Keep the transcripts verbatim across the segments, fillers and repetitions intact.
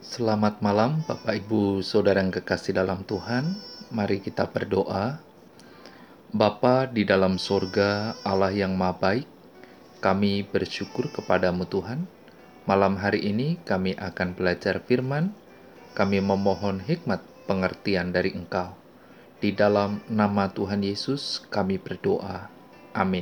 Selamat malam Bapak Ibu Saudara yang kekasih dalam Tuhan. Mari kita berdoa. Bapa di dalam sorga, Allah yang Maha Baik, kami bersyukur kepadamu Tuhan. Malam hari ini kami akan belajar firman. Kami memohon hikmat pengertian dari Engkau. Di dalam nama Tuhan Yesus kami berdoa. Amin.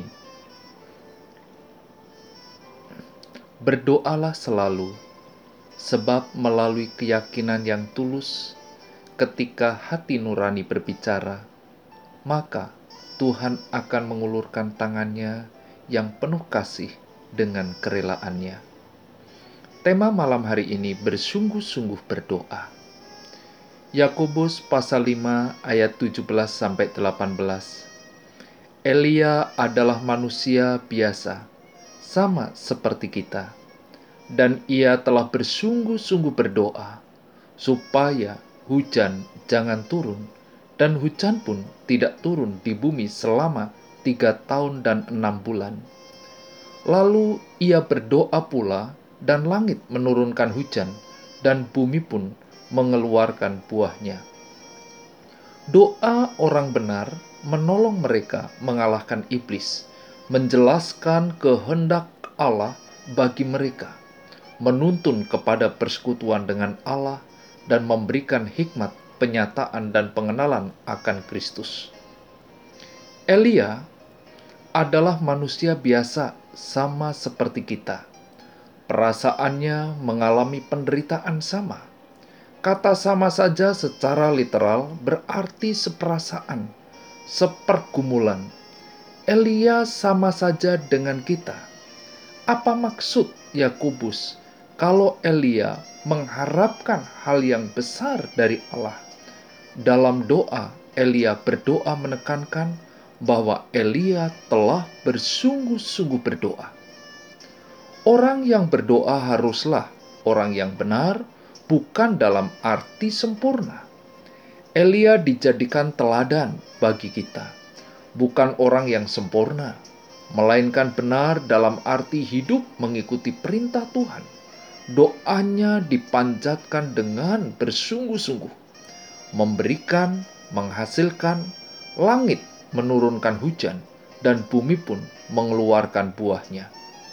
Berdoalah selalu, sebab melalui keyakinan yang tulus, ketika hati nurani berbicara, maka Tuhan akan mengulurkan tangannya yang penuh kasih dengan kerelaannya. Tema malam hari ini bersungguh-sungguh berdoa. Yakobus pasal lima ayat tujuh belas sampai delapan belas. Elia adalah manusia biasa, sama seperti kita, dan ia telah bersungguh-sungguh berdoa supaya hujan jangan turun, dan hujan pun tidak turun di bumi selama tiga tahun dan enam bulan. Lalu ia berdoa pula, dan langit menurunkan hujan, dan bumi pun mengeluarkan buahnya. Doa orang benar menolong mereka mengalahkan iblis, menjelaskan kehendak Allah bagi mereka, menuntun kepada persekutuan dengan Allah, dan memberikan hikmat penyataan dan pengenalan akan Kristus. Elia adalah manusia biasa sama seperti kita. Perasaannya mengalami penderitaan sama. Kata sama saja secara literal berarti seperasaan, sepergumulan. Elia sama saja dengan kita. Apa maksud Yakobus kalau Elia mengharapkan hal yang besar dari Allah? Dalam doa, Elia berdoa menekankan bahwa Elia telah bersungguh-sungguh berdoa. Orang yang berdoa haruslah orang yang benar, bukan dalam arti sempurna. Elia dijadikan teladan bagi kita, bukan orang yang sempurna, melainkan benar dalam arti hidup mengikuti perintah Tuhan. Doanya dipanjatkan dengan bersungguh-sungguh, memberikan, menghasilkan, langit menurunkan hujan, dan bumi pun mengeluarkan buahnya.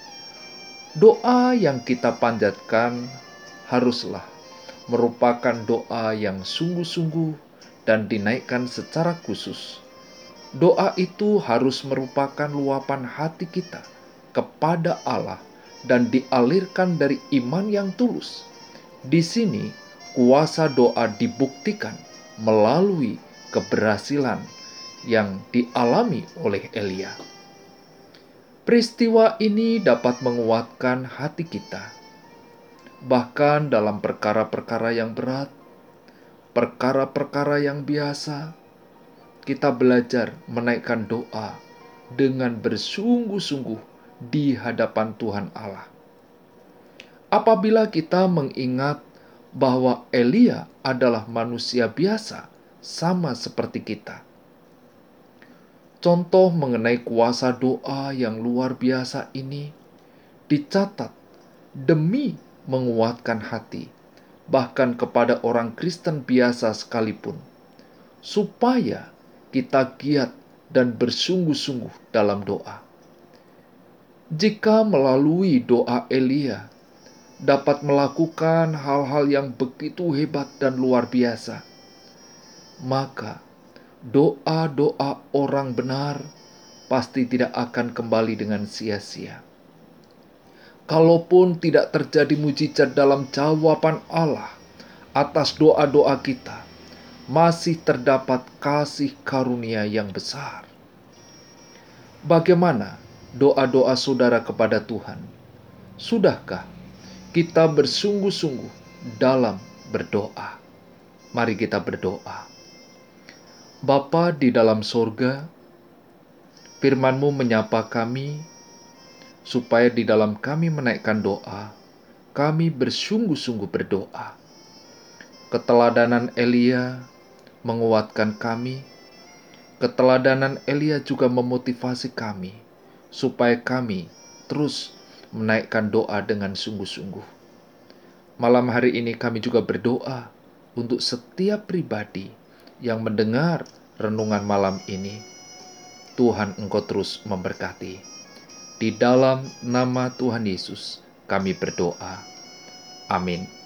Doa yang kita panjatkan haruslah merupakan doa yang sungguh-sungguh dan dinaikkan secara khusus. Doa itu harus merupakan luapan hati kita kepada Allah dan dialirkan dari iman yang tulus. Di sini, kuasa doa dibuktikan melalui keberhasilan yang dialami oleh Elia. Peristiwa ini dapat menguatkan hati kita, bahkan dalam perkara-perkara yang berat, perkara-perkara yang biasa. Kita belajar menaikkan doa dengan bersungguh-sungguh di hadapan Tuhan Allah. Apabila kita mengingat bahwa Elia adalah manusia biasa, sama seperti kita. Contoh mengenai kuasa doa yang luar biasa ini dicatat demi menguatkan hati, bahkan kepada orang Kristen biasa sekalipun, supaya kita giat dan bersungguh-sungguh dalam doa. Jika melalui doa Elia dapat melakukan hal-hal yang begitu hebat dan luar biasa, maka doa-doa orang benar pasti tidak akan kembali dengan sia-sia. Kalaupun tidak terjadi mujizat dalam jawaban Allah atas doa-doa kita, masih terdapat kasih karunia yang besar. Bagaimana doa-doa saudara kepada Tuhan? Sudahkah kita bersungguh-sungguh dalam berdoa? Mari kita berdoa. Bapa di dalam sorga, firman-Mu menyapa kami, supaya di dalam kami menaikkan doa, kami bersungguh-sungguh berdoa. Keteladanan Elia menguatkan kami. Keteladanan Elia juga memotivasi kami, supaya kami terus menaikkan doa dengan sungguh-sungguh. Malam hari ini kami juga berdoa untuk setiap pribadi yang mendengar renungan malam ini. Tuhan, Engkau terus memberkati. Di dalam nama Tuhan Yesus kami berdoa. Amin.